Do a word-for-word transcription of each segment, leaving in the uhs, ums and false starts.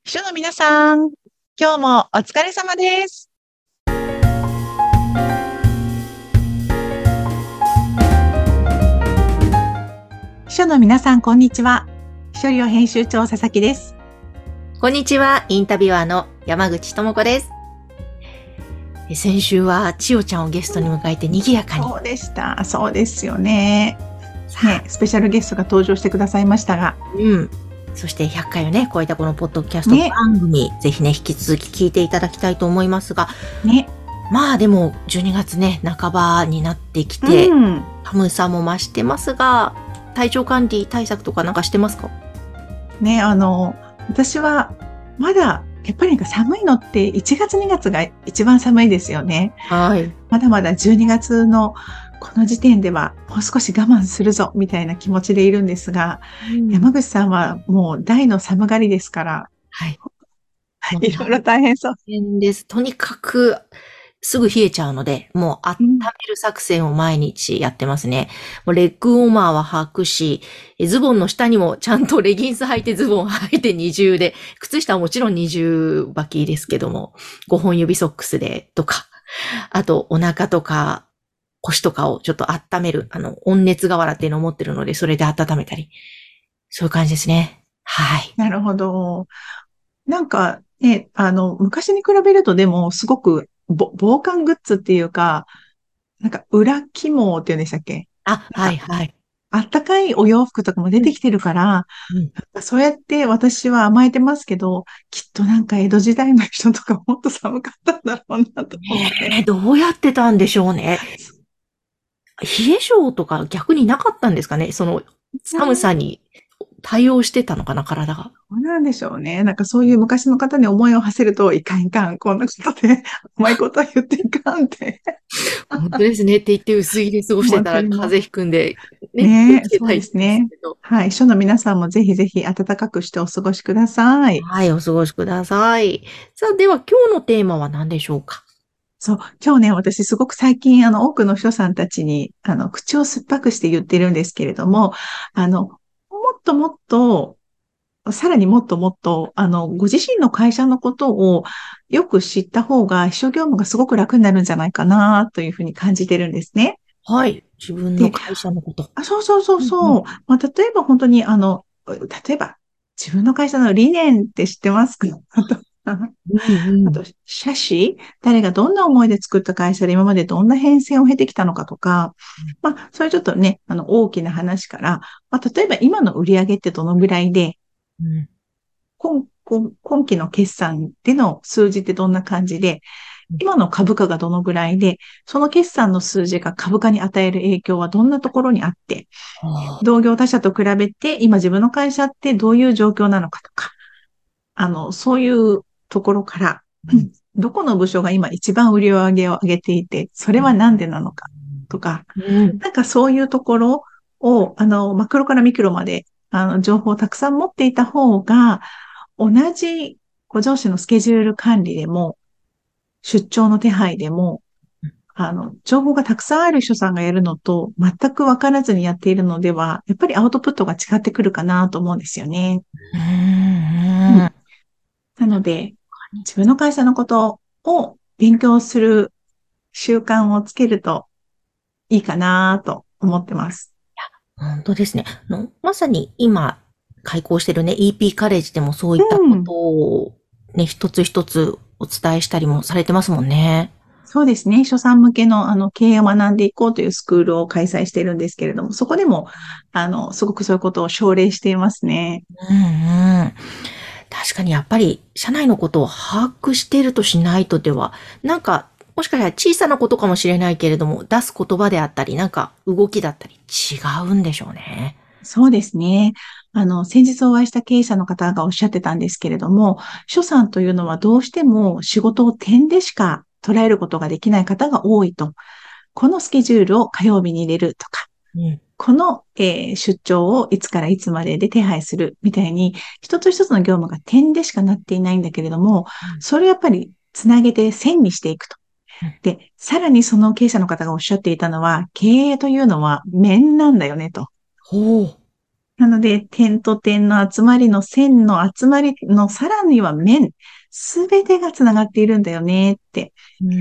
秘書の皆さん、今日もお疲れ様です。秘書の皆さん、こんにちは。秘書寮編集長佐々木です。 こんにちは、インタビュアーの山口智子です。先週は千代ちゃんをゲストに迎えて賑やかに。 そうでした。そうですよね。ね、スペシャルゲストが登場してくださいましたが。 うん。そしてひゃっかいをね、超えたこのポッドキャスト番組、ね、ぜひね、引き続き聞いていただきたいと思いますが、 ね。 まあでも、じゅうにがつね、半ばになってきて、うん、寒さも増してますが、体調管理対策とかなんかしてますか？ ね、あの、私は、まだ、やっぱりなんか寒いのっていちがつにがつが一番寒いですよね。 はい。 まだまだじゅうにがつのこの時点ではもう少し我慢するぞみたいな気持ちでいるんですが、うん、山口さんはもう大の寒がりですから、 はい。 いろいろ大変そう。 大変です。とにかく、すぐ冷えちゃうので、もう温める作戦を毎日やってますね。うん、もうレッグウォーマーは履くし、ズボンの下にもちゃんとレギンス履いてズボン履いて二重で、靴下はもちろん二重履きですけども、ごほん指ソックスでとか、あとお腹とか腰とかをちょっと温める、あの、温熱瓦っていうのを持ってるので、それで温めたり。そういう感じですね。はい。 なるほど。なんかね、あの、昔に比べるとでもすごく防寒グッズっていうか、なんか裏起毛っていうんでしたっけ？ あ、はいはい。 あったかいお洋服とかも出てきてるから、うんうん、そうやって私は甘えてますけど、きっとなんか江戸時代の人とかもっと寒かったんだろうなと思って。 ねえ、どうやってたんでしょうね。冷え性とか逆になかったんですかね？その寒さに対応してたのかな、体が。 そうなんでしょうね。なんかそういう昔の方に思いを馳せると、いかんいかん、こんなことで、うまいことは言っていかんって。 本当ですねって言って薄着で過ごしてたら風邪ひくんで、 ね、そうですね。はい。秘書の皆さんもぜひぜひ暖かくしてお過ごしください。 はい、お過ごしください。さあ、では今日のテーマは何でしょうか？ そう、今日ね、私すごく最近、あの、多くの秘書さんたちに、あの、口を酸っぱくして言ってるんですけれども、あの、もっともっと、さらにもっともっと、あの、ご自身の会社のことをよく知った方が、秘書業務がすごく楽になるんじゃないかな、というふうに感じてるんですね。 はい。自分の会社のこと。 あ、そうそうそうそう。うんうん、まあ、例えば本当に、あの、例えば、自分の会社の理念って知ってますか？あと、うんうん、あと、社史、誰がどんな思いで作った会社で今までどんな変遷を経てきたのかとか、まあ、そういうちょっとね、あの、大きな話から、まあ、例えば今の売り上げってどのぐらいで、うん、今今今期の決算での数字ってどんな感じで、今の株価がどのぐらいで、その決算の数字が株価に与える影響はどんなところにあって、同業他社と比べて今自分の会社ってどういう状況なのかとか、あの、そういうところから、うん、どこの部署が今一番売り上げを上げていて、それはなんでなのかとか、うん、なんかそういうところを、あの、マクロからミクロまで、あの、情報をたくさん持っていた方が、同じご上司のスケジュール管理でも、出張の手配でも、あの、情報がたくさんある秘書さんがやるのと、全く分からずにやっているのでは、やっぱりアウトプットが違ってくるかなと思うんですよね。うんうん、なので、自分の会社のことを勉強する習慣をつけるといいかなと思ってます。 いや、本当ですね。のまさに今、開講してるね、イーピー カレッジでもそういったことをね、うん、一つ一つお伝えしたりもされてますもんね。 そうですね。秘書さん向けの、あの、経営を学んでいこうというスクールを開催しているんですけれども、そこでも、あの、すごくそういうことを奨励していますね。 うんうん。確かにやっぱり、社内のことを把握しているとしないとでは、なんか、もしかしたら小さなことかもしれないけれども、出す言葉であったり、なんか動きだったり違うんでしょうね。 そうですね。あの、先日お会いした経営者の方がおっしゃってたんですけれども、秘書さんというのはどうしても仕事を点でしか捉えることができない方が多いと。このスケジュールを火曜日に入れるとか、うん、この、えー、出張をいつからいつまでで手配するみたいに、一つ一つの業務が点でしかなっていないんだけれども、うん、それをやっぱりつなげて線にしていくと。で、さらにその経営者の方がおっしゃっていたのは、経営というのは面なんだよねと。 ほう。 なので、点と点の集まりの線の集まりのさらには面、すべてがつながっているんだよねって。 うん。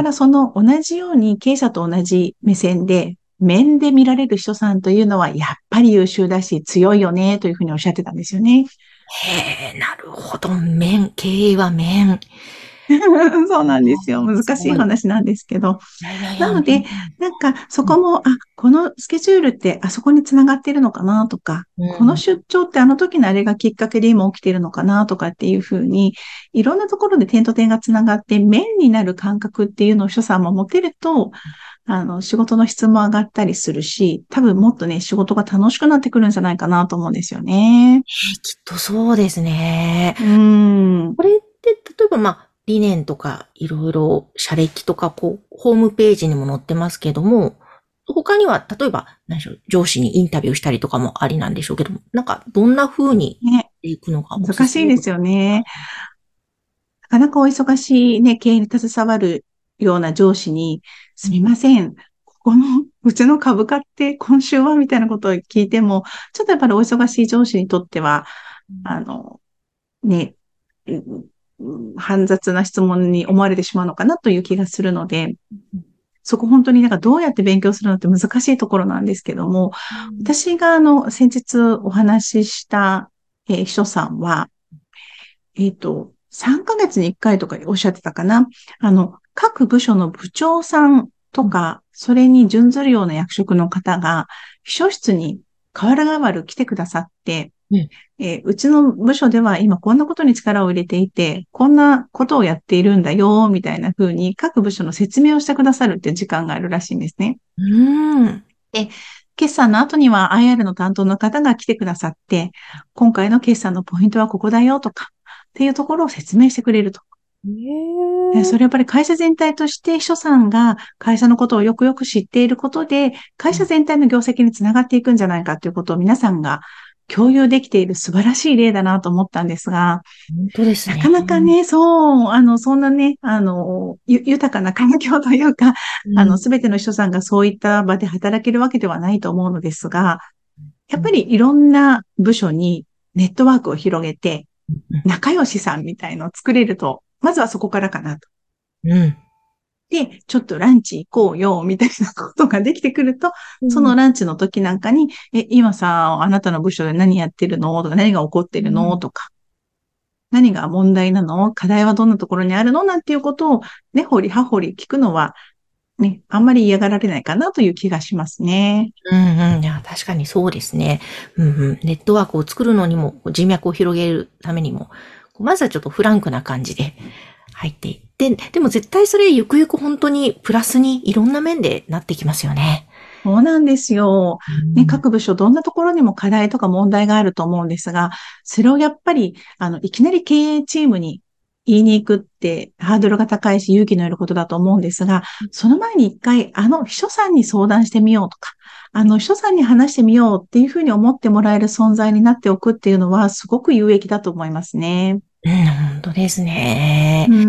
だからその同じように経営者と同じ目線で、面で見られる秘書さんというのはやっぱり優秀だし強いよねというふうにおっしゃってたんですよね。 へえ、なるほど。面、経営は面。 そうなんですよ。難しいすごい。 話なんですけど。 いやいやいや、うん。 なので、なんかそこも、あ、このスケジュールってあそこにつながっているのかなとか、このうん。 出張ってあの時のあれがきっかけで今起きているのかなとかっていうふうに、いろんなところで点と点がつながって面になる感覚っていうのを所さんも持てると、あの、仕事の質も上がったりするし、多分もっとね、仕事が楽しくなってくるんじゃないかなと思うんですよね。 きっとそうですね。 うーん。 これって、例えばまあ、理念とか、いろいろ、社歴とか、こう、ホームページにも載ってますけども、他には、例えば、何でしょう、上司にインタビューしたりとかもありなんでしょうけども、なんか、どんな風にね、 していくのがおすすめです難しいですよね。なかなかお忙しいね、経営に携わるような上司に、すみません。ここの、うちの株価って今週はみたいなことを聞いても、ちょっとやっぱりお忙しい上司にとっては、あの、ね、うん煩雑な質問に思われてしまうのかなという気がするので、そこ本当になんかどうやって勉強するのって難しいところなんですけども、私があの、先日お話しした、えー秘書さんは、えっと、さんかげつにいっかいとかおっしゃってたかな。あの、各部署の部長さんとか、それに準ずるような役職の方が、秘書室に代わる代わる来てくださって、 うん。 えーうちの部署では今こんなことに力を入れていて、こんなことをやっているんだよ、みたいな風に各部署の説明をしてくださるっていう時間があるらしいんですね。 うーん。 で、決算の後には アイアール の担当の方が来てくださって、今回の決算のポイントはここだよとか、っていうところを説明してくれると。えそれやっぱり会社全体として秘書さんが会社のことをよくよく知っていることで、会社全体の業績につながっていくんじゃないかということを皆さんが共有できている素晴らしい例だなと思ったんですが、 本当ですね。 なかなかね、そう、あの、そんなね、あの、ゆ豊かな環境というか、あの、 うん。 すべての秘書さんがそういった場で働けるわけではないと思うのですが、やっぱりいろんな部署にネットワークを広げて、仲良しさんみたいのを作れると、まずはそこからかなと。 うん。 で、ちょっとランチ行こうよ、みたいなことができてくると、そのうん。 ランチの時なんかに、え、今さ、あなたの部署で何やってるのとか、何が起こってるのとか、何が問題なの課題はどんなところにあるのなんていうことを、ね、掘り葉掘り聞くのは、ね、あんまり嫌がられないかなという気がしますね。 うんうん。いや、確かにそうですね。うんうん。ネットワークを作るのにも、こう人脈を広げるためにも、こうまずはちょっとフランクな感じで入っていって、でも絶対それゆくゆく本当にプラスにいろんな面でなってきますよね。 そうなんですよ。ね、 うん。 各部署どんなところにも課題とか問題があると思うんですが、それをやっぱり、あの、いきなり経営チームに言いに行くってハードルが高いし勇気のいることだと思うんですが、その前に一回、あの秘書さんに相談してみようとか、あの秘書さんに話してみようっていうふうに思ってもらえる存在になっておくっていうのはすごく有益だと思いますね。 うん、本当ですね。 うん。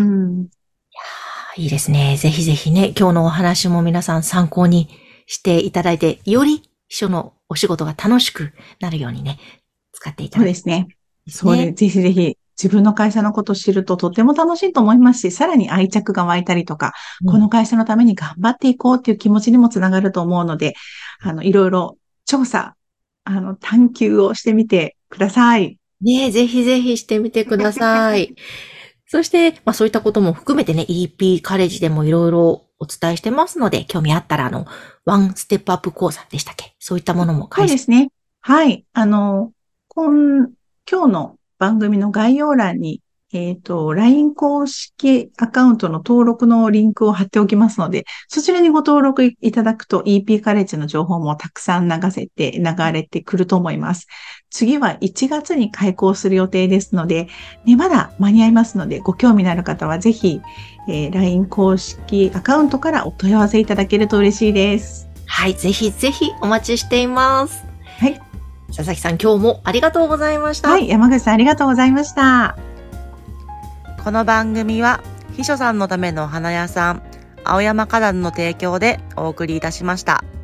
いいですね。ぜひぜひね、今日のお話も皆さん参考にしていただいて、より秘書のお仕事が楽しくなるようにね、使っていただきたいそうですね。 ですね。 それ、ぜひぜひ自分の会社のことを知るととても楽しいと思いますし、さらに愛着が湧いたりとか、 うん。 この会社のために頑張っていこうっていう気持ちにもつながると思うので、あの、いろいろ調査、あの、探求をしてみてください。 ねえ、ぜひぜひしてみてください。そして、まあそういったことも含めてね、イーピー カレッジでもいろいろお伝えしてますので、興味あったら、あの、ワンステップアップ講座でしたっけ？そういったものも開催。 そうですね。はい。あの、今、今日の番組の概要欄に、えっと、ライン 公式アカウントの登録のリンクを貼っておきますので、そちらにご登録いただくと イーピー カレッジの情報もたくさん流せて、流れてくると思います。次はいちがつに開講する予定ですので、ね、まだ間に合いますので、ご興味のある方はぜひ、えー ライン 公式アカウントからお問い合わせいただけると嬉しいです。 はい、ぜひぜひお待ちしています。 はい。 佐々木さん、今日もありがとうございました。 はい、山口さんありがとうございました。 この番組は秘書さんのためのお花屋さん青山花壇の提供でお送りいたしました。